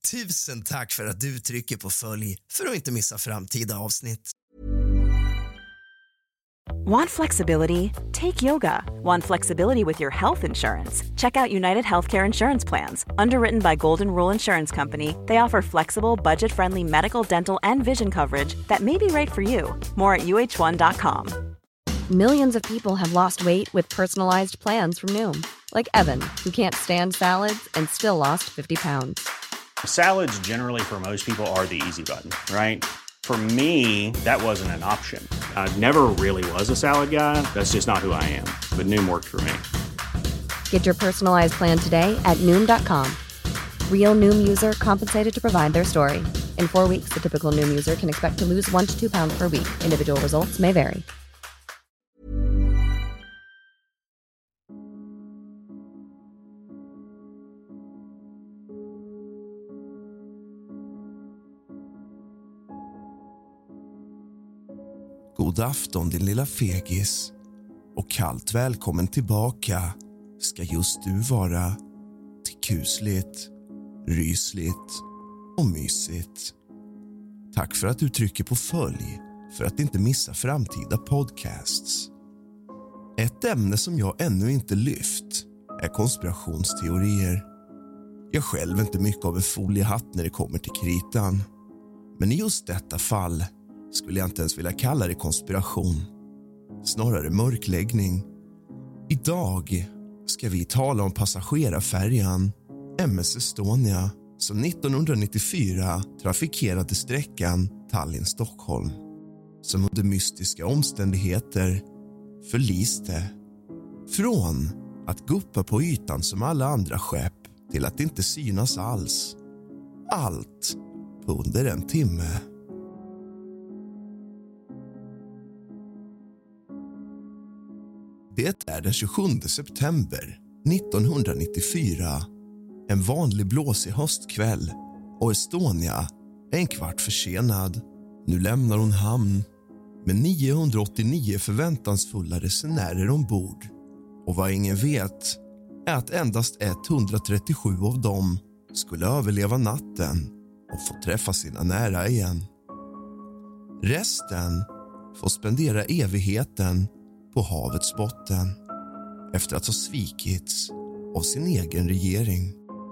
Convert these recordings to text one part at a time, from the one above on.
Tusen tack för att du trycker på följ för att inte missa framtida avsnitt. Want flexibility? Take yoga. Want flexibility with your health insurance? Check out United Healthcare Insurance Plans. Underwritten by Golden Rule Insurance Company, they offer flexible, budget-friendly medical, dental, and vision coverage that may be right for you. More at uh1.com. Millions of people have lost weight with personalized plans from Noom. Like Evan, who can't stand salads and still lost 50 pounds. Salads generally for most people are the easy button, right? For me, that wasn't an option. I never really was a salad guy. That's just not who I am. But Noom worked for me. Get your personalized plan today at Noom.com. Real Noom user compensated to provide their story. In 4 weeks, the typical Noom user can expect to lose 1 to 2 pounds per week. Individual results may vary. God afton din lilla fegis och kallt välkommen tillbaka ska just du vara till kusligt, rysligt och mysigt. Tack för att du trycker på följ för att inte missa framtida podcasts. Ett ämne som jag ännu inte lyft är konspirationsteorier. Jag själv är inte mycket av en foliehatt när det kommer till kritan. Men i just detta fall skulle jag inte ens vilja kalla det konspiration. Snarare mörkläggning. Idag ska vi tala om passagerarfärjan MS Estonia som 1994 trafikerade sträckan Tallinn-Stockholm. Som under mystiska omständigheter förliste. Från att guppa på ytan som alla andra skepp till att inte synas alls. Allt på under en timme. Det är den 27 september 1994. En vanlig blåsig höstkväll och Estonia är en kvart försenad. Nu lämnar hon hamn med 989 förväntansfulla resenärer ombord. Och vad ingen vet är att endast 137 av dem skulle överleva natten och få träffa sina nära igen. Resten får spendera evigheten på havets botten efter att ha svikits av sin egen regering.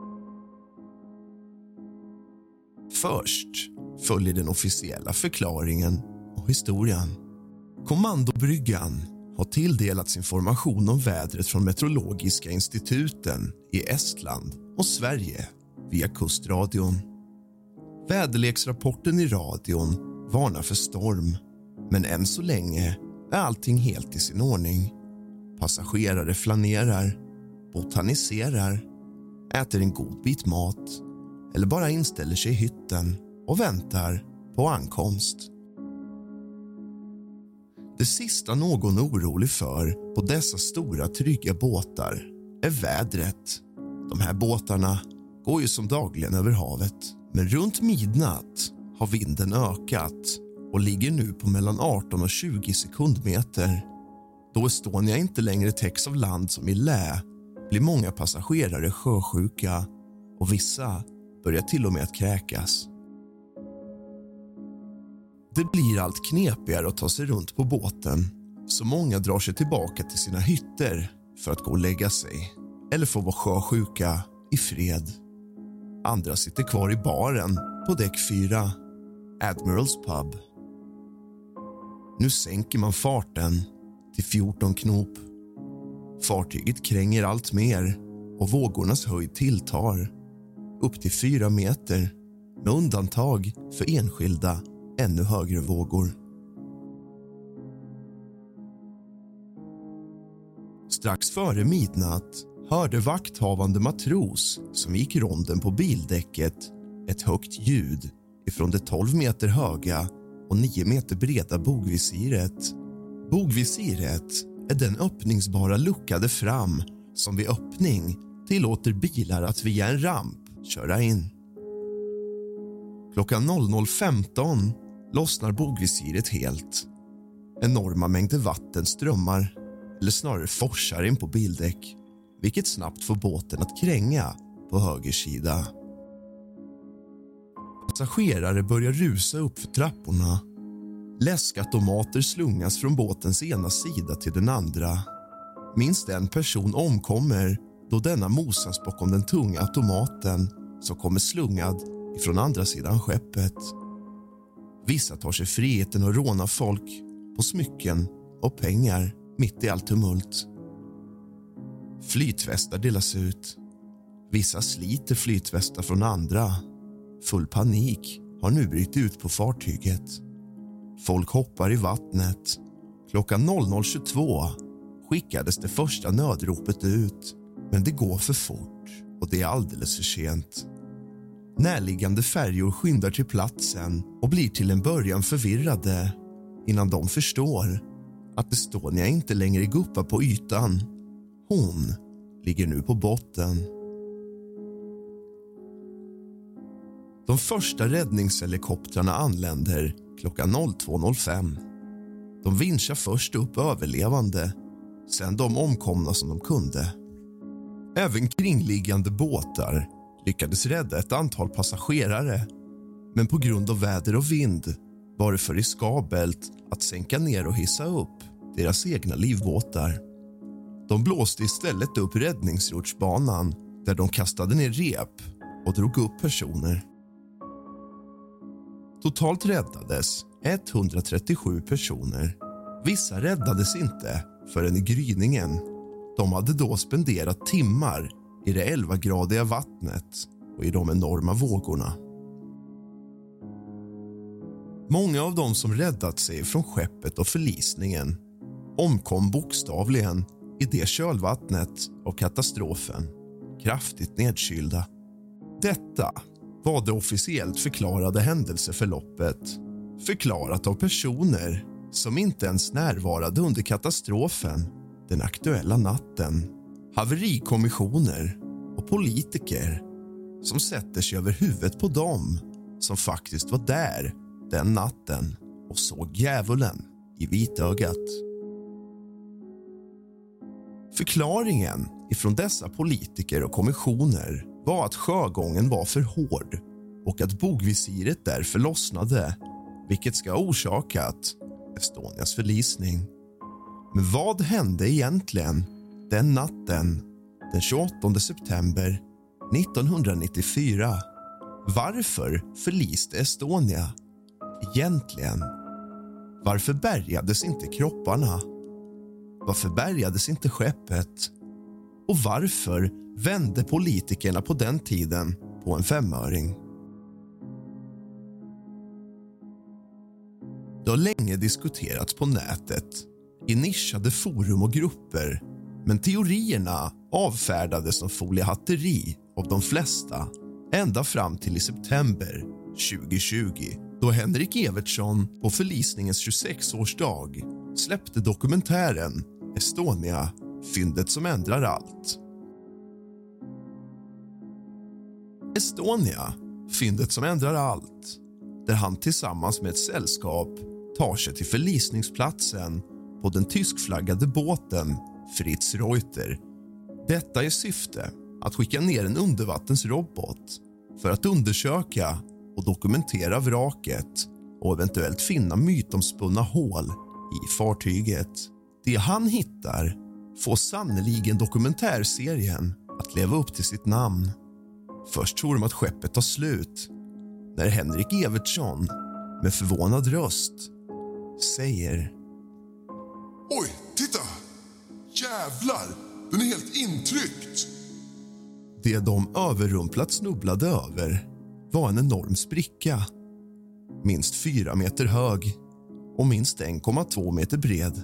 Först följer den officiella förklaringen och historien. Kommandobryggan har tilldelats information om vädret från meteorologiska instituten i Estland och Sverige via kustradion. Väderleksrapporten i radion varnar för storm, men än så länge är allting helt i sin ordning. Passagerare flanerar, botaniserar, äter en god bit mat eller bara inställer sig i hytten och väntar på ankomst. Det sista någon är orolig för på dessa stora trygga båtar är vädret. De här båtarna går ju som dagligen över havet, men runt midnatt har vinden ökat och ligger nu på mellan 18 och 20 sekundmeter. Då Estonia inte längre täcks av land som i lä blir många passagerare sjösjuka och vissa börjar till och med att kräkas. Det blir allt knepigare att ta sig runt på båten, så många drar sig tillbaka till sina hytter för att gå och lägga sig eller få vara sjösjuka i fred. Andra sitter kvar i baren på däck 4, Admirals Pub. Nu sänker man farten till 14 knop. Fartyget kränger allt mer och vågornas höjd tilltar. Upp till 4 meter, med undantag för enskilda ännu högre vågor. Strax före midnatt hörde vakthavande matros som gick ronden på bildäcket ett högt ljud ifrån det 12 meter höga och 9 meter breda bogvisiret. Bogvisiret är den öppningsbara luckade fram som vid öppning tillåter bilar att via en ramp köra in. Klockan 00.15 lossnar bogvisiret helt. Enorma mängder vatten strömmar, eller snarare forsar in på bildäck, vilket snabbt får båten att kränga på höger sida. Passagerare börjar rusa upp för trapporna. Läskautomater slungas från båtens ena sida till den andra. Minst en person omkommer då denna mosas bakom den tunga automaten som kommer slungad ifrån andra sidan skeppet. Vissa tar sig friheten att råna folk på smycken och pengar mitt i allt tumult. Flytvästar delas ut. Vissa sliter flytvästar från andra. Full panik har nu brutit ut på fartyget. Folk hoppar i vattnet. Klockan 00.22 skickades det första nödropet ut. Men det går för fort och det är alldeles för sent. Närliggande färjor skyndar till platsen och blir till en början förvirrade innan de förstår att Estonia inte längre guppar på ytan. Hon ligger nu på botten. De första räddningshelikoptrarna anländer klockan 02.05. De vinschar först upp överlevande, sen de omkomna som de kunde. Även kringliggande båtar lyckades rädda ett antal passagerare, men på grund av väder och vind var det för riskabelt att sänka ner och hissa upp deras egna livbåtar. De blåste istället upp räddningsrutschbanan där de kastade ner rep och drog upp personer. Totalt räddades 137 personer. Vissa räddades inte förrän i gryningen. De hade då spenderat timmar i det 11-gradiga vattnet och i de enorma vågorna. Många av dem som räddat sig från skeppet och förlisningen omkom bokstavligen i det kölvattnet av katastrofen, kraftigt nedkylda. Detta var det officiellt förklarade händelseförloppet, förklarat av personer som inte ens närvarade under katastrofen den aktuella natten. Haverikommissioner och politiker som sätter sig över huvudet på dem som faktiskt var där den natten och såg djävulen i vitögat. Förklaringen ifrån dessa politiker och kommissioner var att sjögången var för hård och att bogvisiret därför lossnade, vilket ska ha orsakat Estonias förlisning. Men vad hände egentligen den natten den 28 september 1994? Varför förliste Estonia egentligen? Varför bärgades inte kropparna? Varför bärgades inte skeppet? Och varför vände politikerna på den tiden på en 5-öring? Det har länge diskuterats på nätet, i nischade forum och grupper, men teorierna avfärdades som foliehatteri av de flesta ända fram till i september 2020, då Henrik Evertsson på förlisningens 26-årsdag släppte dokumentären Estonia, fyndet som ändrar allt. Estonia, fyndet som ändrar allt, där han tillsammans med ett sällskap tar sig till förlisningsplatsen på den tyskflaggade båten Fritz Reuter. Detta i syfte att skicka ner en undervattensrobot för att undersöka och dokumentera vraket och eventuellt finna mytomspunna hål i fartyget. Det han hittar får sannoliken dokumentärserien att leva upp till sitt namn. Först tror de att skeppet tar slut när Henrik Evertsson med förvånad röst säger: Oj, titta! Jävlar, den är helt intryckt! Det de överrumplat snubblade över var en enorm spricka. Minst 4 meter hög och minst 1,2 meter bred.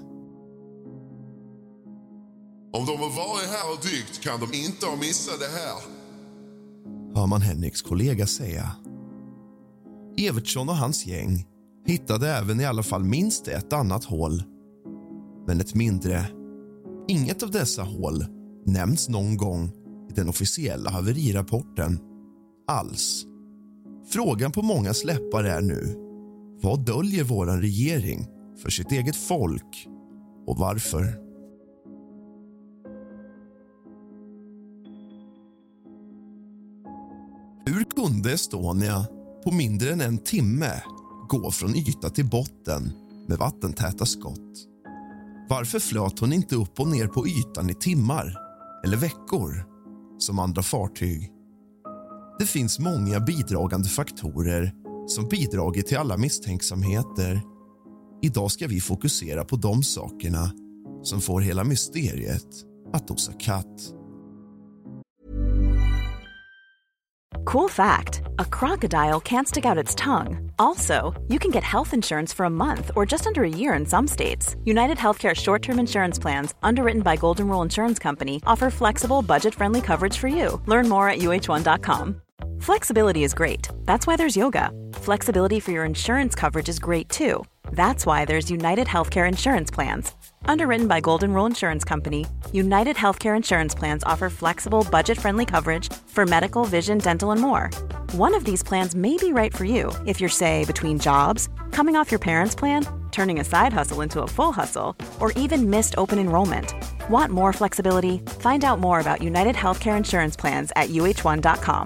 Om de har varit här och dykt kan de inte ha missat det här, hör man Henriks kollega säga. Evertsson och hans gäng hittade även i alla fall minst ett annat hål, men ett mindre. Inget av dessa hål nämns någon gång i den officiella haverirapporten alls. Frågan på många läppar är nu: vad döljer våran regering för sitt eget folk och varför? Hur kunde Estonia på mindre än en timme gå från yta till botten med vattentäta skott. Varför flöt hon inte upp och ner på ytan i timmar eller veckor som andra fartyg? Det finns många bidragande faktorer som bidragit till alla misstänksamheter. Idag ska vi fokusera på de sakerna som får hela mysteriet att osa katt. Cool fact, a crocodile can't stick out its tongue. Also, you can get health insurance for a month or just under a year in some states. United Healthcare short-term insurance plans, underwritten by Golden Rule Insurance Company, offer flexible, budget-friendly coverage for you. Learn more at uh1.com. Flexibility is great. That's why there's yoga. Flexibility for your insurance coverage is great too. That's why there's United Healthcare Insurance Plans. Underwritten by Golden Rule Insurance Company, United Healthcare Insurance Plans offer flexible, budget-friendly coverage for medical, vision, dental, and more. One of these plans may be right for you if you're, say, between jobs, coming off your parents' plan, turning a side hustle into a full hustle, or even missed open enrollment. Want more flexibility? Find out more about United Healthcare Insurance Plans at uh1.com.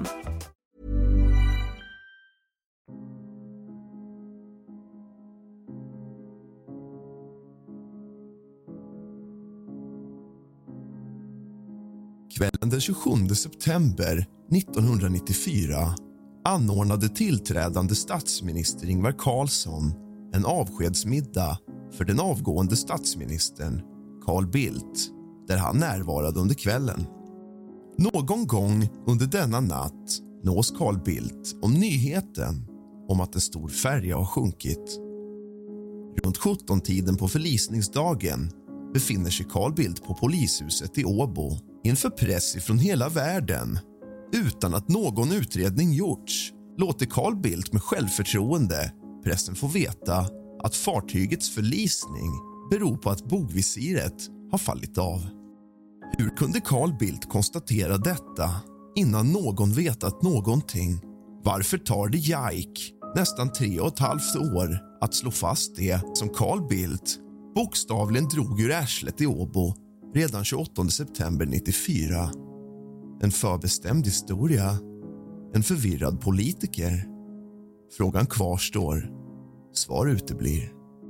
Kvällen den 27 september 1994 anordnade tillträdande statsminister Ingvar Carlsson en avskedsmiddag för den avgående statsministern Carl Bildt, där han närvarade under kvällen. Någon gång under denna natt nås Carl Bildt om nyheten om att en stor färja har sjunkit. Runt 17-tiden på förlisningsdagen befinner sig Carl Bildt på polishuset i Åbo inför press från hela världen. Utan att någon utredning gjorts låter Carl Bildt med självförtroende pressen få veta att fartygets förlisning beror på att bogvisiret har fallit av. Hur kunde Carl Bildt konstatera detta innan någon vetat någonting? Varför tar det JAIK nästan 3,5 år att slå fast det som Carl Bildt bokstavligen drog ur arslet i Åbo redan 28 september 94? En förbestämd historia? En förvirrad politiker? Frågan kvarstår. Svar uteblir.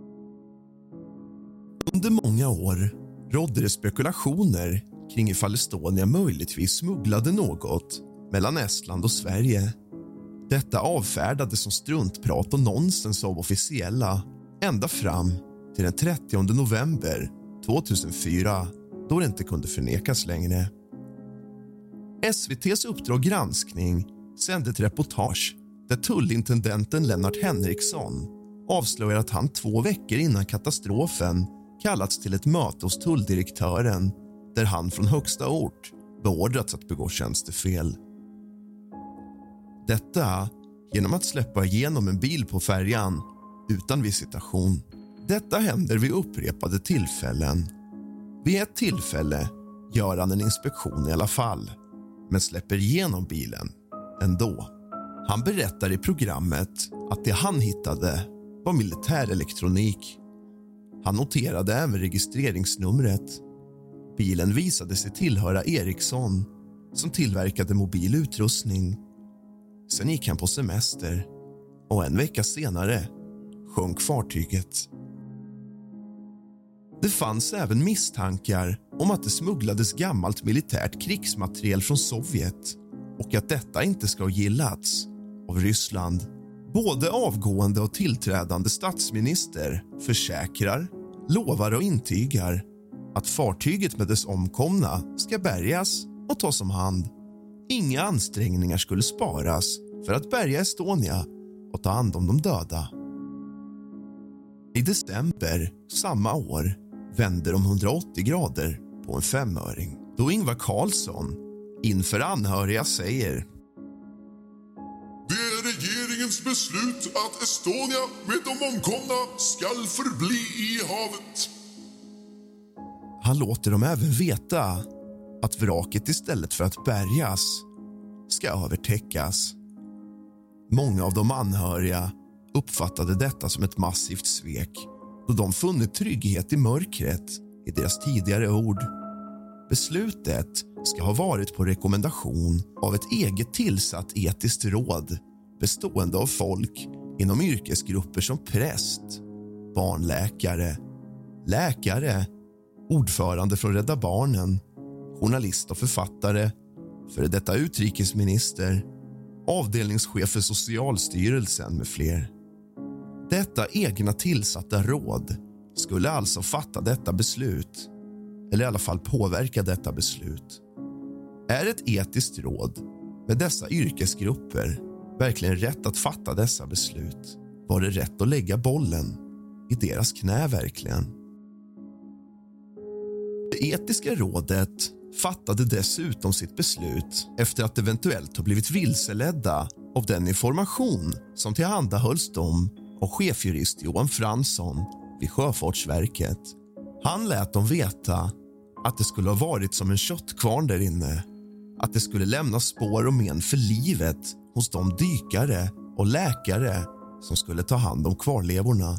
Under många år rådde det spekulationer kring ifall Estonia möjligtvis smugglade något mellan Estland och Sverige. Detta avfärdades som struntprat och nonsens av officiella ända fram till den 30 november 2004, då det inte kunde förnekas längre. SVT:s Uppdrag granskning sände ett reportage där tullintendenten Lennart Henriksson avslöjar att han 2 veckor innan katastrofen kallats till ett möte hos tulldirektören där han från högsta ort beordrats att begå tjänstefel. Detta genom att släppa igenom en bil på färjan utan visitation. Detta händer vid upprepade tillfällen. Vid ett tillfälle gör han en inspektion i alla fall, men släpper igenom bilen ändå. Han berättar i programmet att det han hittade var militärelektronik. Han noterade även registreringsnumret. Bilen visade sig tillhöra Ericsson, som tillverkade mobil utrustning. Sen gick han på semester och en vecka senare sjönk fartyget. Det fanns även misstankar om att det smugglades gammalt militärt krigsmateriel från Sovjet och att detta inte ska ha gillats av Ryssland. Både avgående och tillträdande statsminister försäkrar, lovar och intygar att fartyget med dess omkomna ska bärgas och tas om hand. Inga ansträngningar skulle sparas för att bärga Estonia och ta hand om de döda. I december samma år vänder de 180 grader på en 5-öring då Ingvar Carlsson inför anhöriga säger: Det är regeringens beslut att Estonia med de omkomna skall förbli i havet. Han låter dem även veta att vraket istället för att bärgas ska övertäckas. Många av de anhöriga uppfattade detta som ett massivt svek då de funnit trygghet i mörkret i deras tidigare ord. Beslutet ska ha varit på rekommendation av ett eget tillsatt etiskt råd bestående av folk inom yrkesgrupper som präst, barnläkare, läkare, ordförande från Rädda Barnen, journalist och författare, före detta utrikesminister, avdelningschef för Socialstyrelsen med fler. Detta egna tillsatta råd skulle alltså fatta detta beslut, eller i alla fall påverka detta beslut. Är ett etiskt råd med dessa yrkesgrupper verkligen rätt att fatta dessa beslut? Var det rätt att lägga bollen i deras knä verkligen? Det etiska rådet fattade dessutom sitt beslut efter att eventuellt ha blivit vilseledda av den information som tillhandahölls dem av chefjurist Johan Fransson vid Sjöfartsverket. Han lät dem veta att det skulle ha varit som en köttkvarn där inne, att det skulle lämna spår och men för livet hos de dykare och läkare som skulle ta hand om kvarlevorna.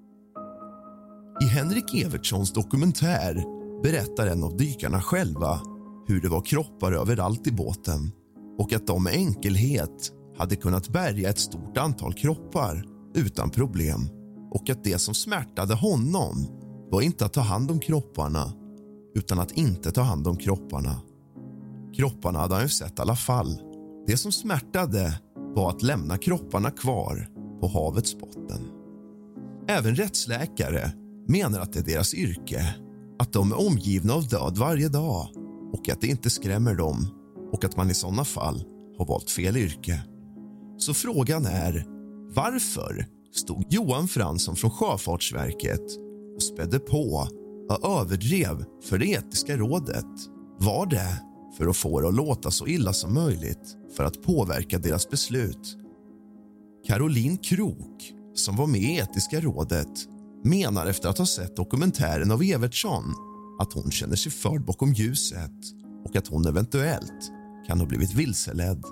I Henrik Evertssons dokumentär berättar en av dykarna själva hur det var kroppar överallt i båten och att de med enkelhet hade kunnat bärga ett stort antal kroppar utan problem, och att det som smärtade honom var inte att ta hand om kropparna utan att inte ta hand om kropparna. Kropparna hade han ju sett i alla fall. Det som smärtade var att lämna kropparna kvar på havets botten. Även rättsläkare menar att det är deras yrke, att de är omgivna av död varje dag och att det inte skrämmer dem, och att man i sådana fall har valt fel yrke. Så frågan är, varför stod Johan Fransson från Sjöfartsverket och spädde på och överdrev för det etiska rådet? Var det för att få det att låta så illa som möjligt för att påverka deras beslut? Caroline Krok, som var med i etiska rådet, menar efter att ha sett dokumentären av Evertsson att hon känner sig förd bakom ljuset och att hon eventuellt kan ha blivit vilseledd.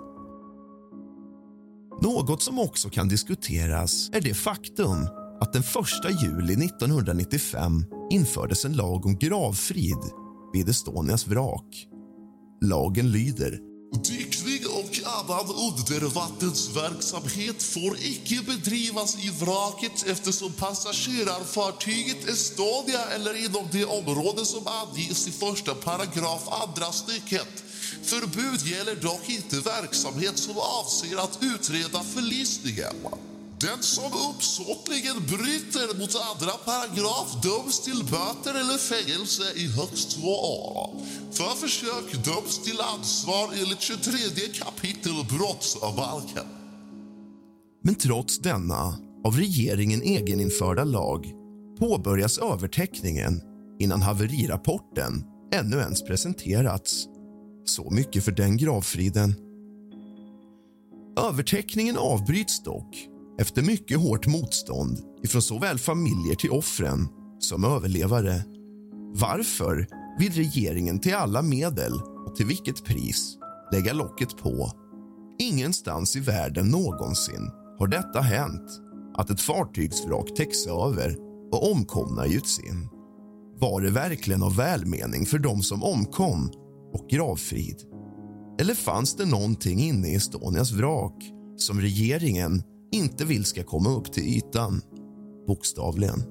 Något som också kan diskuteras är det faktum att den 1 juli 1995 infördes en lag om gravfrid vid Estonias vrak. Lagen lyder: Dykning och annan undervattensverksamhet får icke bedrivas i vraket eftersom passagerarfartyget Estonia eller inom det område som anges i 1 paragraf andra stycket. Förbud gäller dock inte verksamhet som avser att utreda förlisningen. Den som uppsåtligen bryter mot 2 paragraf döms till böter eller fängelse i högst 2 år. För försök döms till ansvar enligt 23 kapitel brottsbalken. Men trots denna av regeringen egeninförda lag påbörjas övertäckningen innan haverirapporten ännu ens presenterats. Så mycket för den gravfriden. Övertäckningen avbryts dock efter mycket hårt motstånd ifrån såväl familjer till offren som överlevare. Varför vill regeringen till alla medel och till vilket pris lägga locket på? Ingenstans i världen någonsin har detta hänt, att ett fartygsvrak täcks över och omkomna gjuts in. Var det verkligen av välmening för dem som omkom och gravfrid? Eller fanns det någonting inne i Estonias vrak som regeringen inte vill ska komma upp till ytan? Bokstavligen.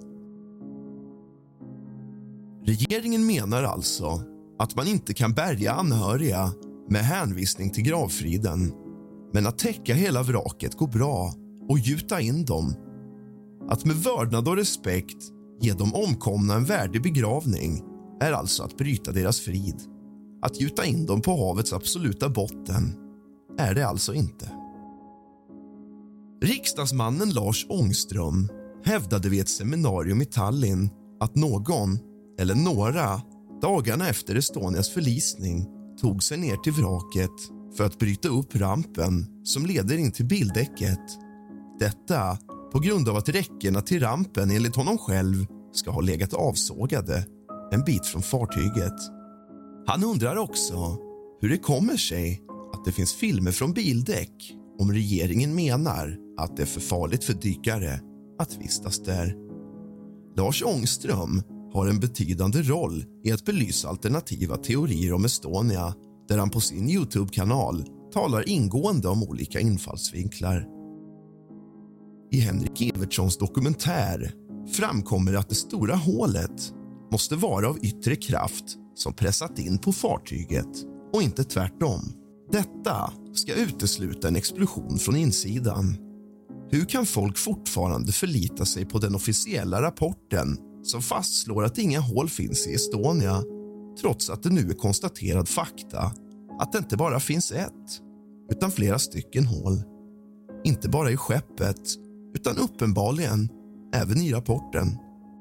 Regeringen menar alltså att man inte kan bärga anhöriga med hänvisning till gravfriden, men att täcka hela vraket går bra och gjuta in dem. Att med vördnad och respekt ge de omkomna en värdig begravning är alltså att bryta deras frid. Att gjuta in dem på havets absoluta botten är det alltså inte. Riksdagsmannen Lars Ångström hävdade vid ett seminarium i Tallinn att någon eller några dagarna efter Estonias förlisning tog sig ner till vraket för att bryta upp rampen som leder in till bildäcket. Detta på grund av att räckena till rampen enligt honom själv ska ha legat avsågade en bit från fartyget. Han undrar också hur det kommer sig att det finns filmer från bildäck om regeringen menar att det är för farligt för dykare att vistas där. Lars Ångström har en betydande roll i att belysa alternativa teorier om Estonia, där han på sin YouTube-kanal talar ingående om olika infallsvinklar. I Henrik Evertssons dokumentär framkommer att det stora hålet måste vara av yttre kraft som pressat in på fartyget och inte tvärtom. Detta ska utesluta en explosion från insidan. Hur kan folk fortfarande förlita sig på den officiella rapporten som fastslår att inga hål finns i Estonia, trots att det nu är konstaterad fakta att det inte bara finns ett, utan flera stycken hål? Inte bara i skeppet, utan uppenbarligen även i rapporten.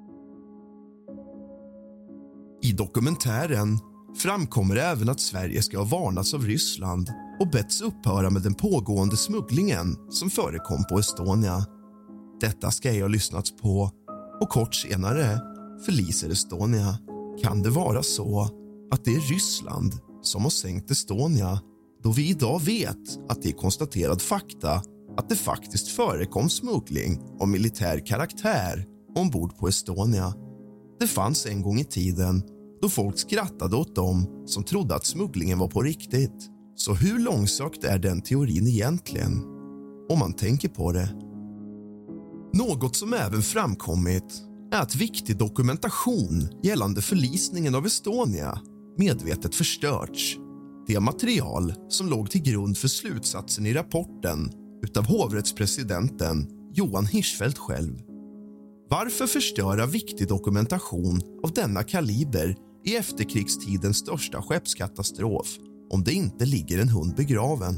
I dokumentären framkommer även att Sverige ska ha varnats av Ryssland och betts upphöra med den pågående smugglingen som förekom på Estonia. Detta ska jag ha lyssnats på, och kort senare förliser Estonia. Kan det vara så att det är Ryssland som har sänkt Estonia, då vi idag vet att det är konstaterad fakta att det faktiskt förekom smuggling av militär karaktär ombord på Estonia? Det fanns en gång i tiden då folk skrattade åt dem som trodde att smugglingen var på riktigt. Så hur långsökt är den teorin egentligen, om man tänker på det? Något som även framkommit är att viktig dokumentation gällande förlisningen av Estonia medvetet förstörts. Det material som låg till grund för slutsatsen i rapporten utav hovrättspresidenten Johan Hirschfeldt själv. Varför förstöra viktig dokumentation av denna kaliber i efterkrigstidens största skeppskatastrof om det inte ligger en hund begraven?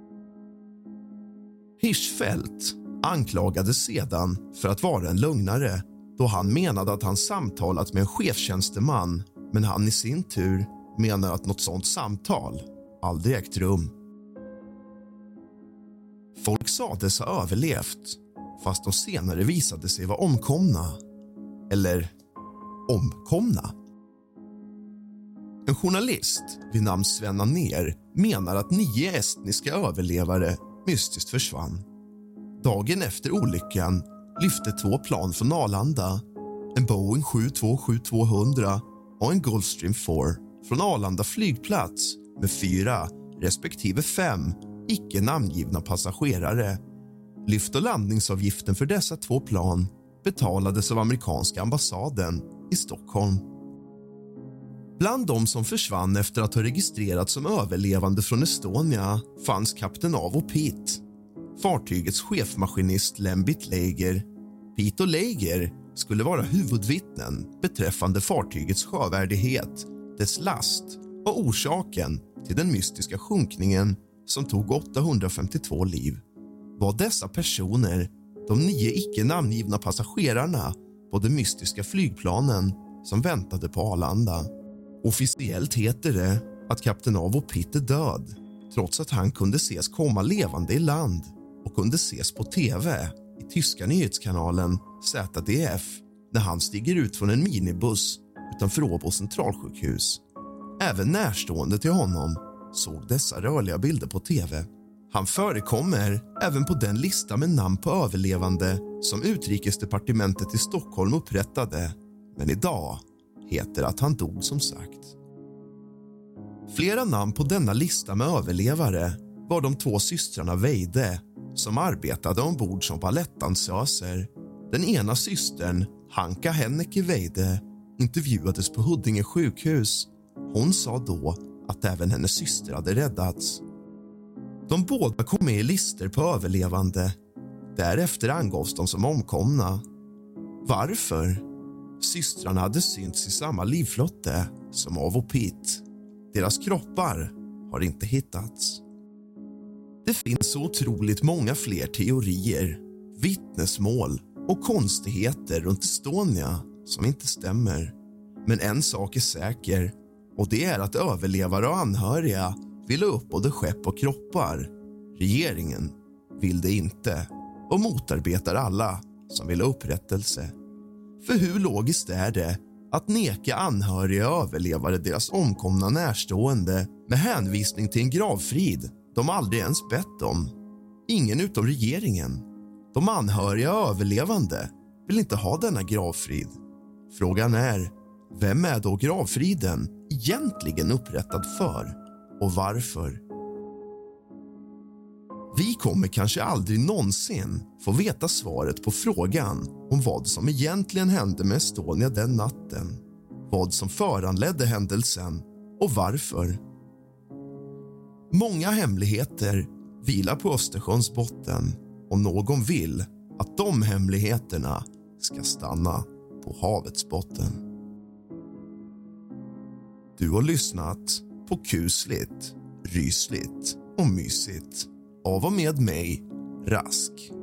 Hirschfeldt anklagades sedan för att vara en lögnare, då han menade att han samtalat med en chefstjänsteman, men han i sin tur menar att något sånt samtal aldrig ägt rum. Folk sades ha överlevt, fast de senare visade sig vara omkomna. Eller omkomna. En journalist vid namn Sven Anér menar att 9 estniska överlevare mystiskt försvann. Dagen efter olyckan lyfte 2 plan från Arlanda, en Boeing 727-200 och en Gulfstream 4 från Arlanda flygplats med 4 respektive 5 icke namngivna passagerare. Lyft- och landningsavgiften för dessa 2 plan betalades av amerikanska ambassaden i Stockholm. Bland de som försvann efter att ha registrerats som överlevande från Estonia fanns kapten Avo Pitt, fartygets chefmaskinist Lembit Leiger. Pitt och Leiger skulle vara huvudvittnen beträffande fartygets sjövärdighet, dess last och orsaken till den mystiska sjunkningen som tog 852 liv. Var dessa personer de 9 icke namngivna passagerarna på de mystiska flygplanen som väntade på Arlanda? Officiellt heter det att kapten Avo Pitt är död, trots att han kunde ses komma levande i land och kunde ses på tv i tyska nyhetskanalen ZDF när han stiger ut från en minibuss utanför Åbo centralsjukhus. Även närstående till honom såg dessa rörliga bilder på tv. Han förekommer även på den lista med namn på överlevande som Utrikesdepartementet i Stockholm upprättade, men idag heter att han dog som sagt. Flera namn på denna lista med överlevare var de 2 systrarna Weide som arbetade ombord som balettdansöser. Den ena systern, Hanka Henneke Weide, intervjuades på Huddinge sjukhus. Hon sa då att även hennes syster hade räddats. De båda kom med i lister på överlevande. Därefter angavs de som omkomna. Varför? Systrarna hade synts i samma livflotte som Avo Pitt. Deras kroppar har inte hittats. Det finns så otroligt många fler teorier, vittnesmål och konstigheter runt Estonia som inte stämmer. Men en sak är säker, och det är att överlevare och anhöriga vill ha upp både skepp och kroppar. Regeringen vill det inte och motarbetar alla som vill ha upprättelse. För hur logiskt är det att neka anhöriga och överlevare deras omkomna närstående med hänvisning till en gravfrid de aldrig ens bett om? Ingen utom regeringen. De anhöriga och överlevande vill inte ha denna gravfrid. Frågan är, vem är då gravfriden egentligen upprättad för och varför? Vi kommer kanske aldrig någonsin få veta svaret på frågan om vad som egentligen hände med Estonia den natten, vad som föranledde händelsen och varför. Många hemligheter vilar på Östersjöns botten och någon vill att de hemligheterna ska stanna på havets botten. Du har lyssnat på Kusligt, Rysligt och Mysigt av och med mig, Rask.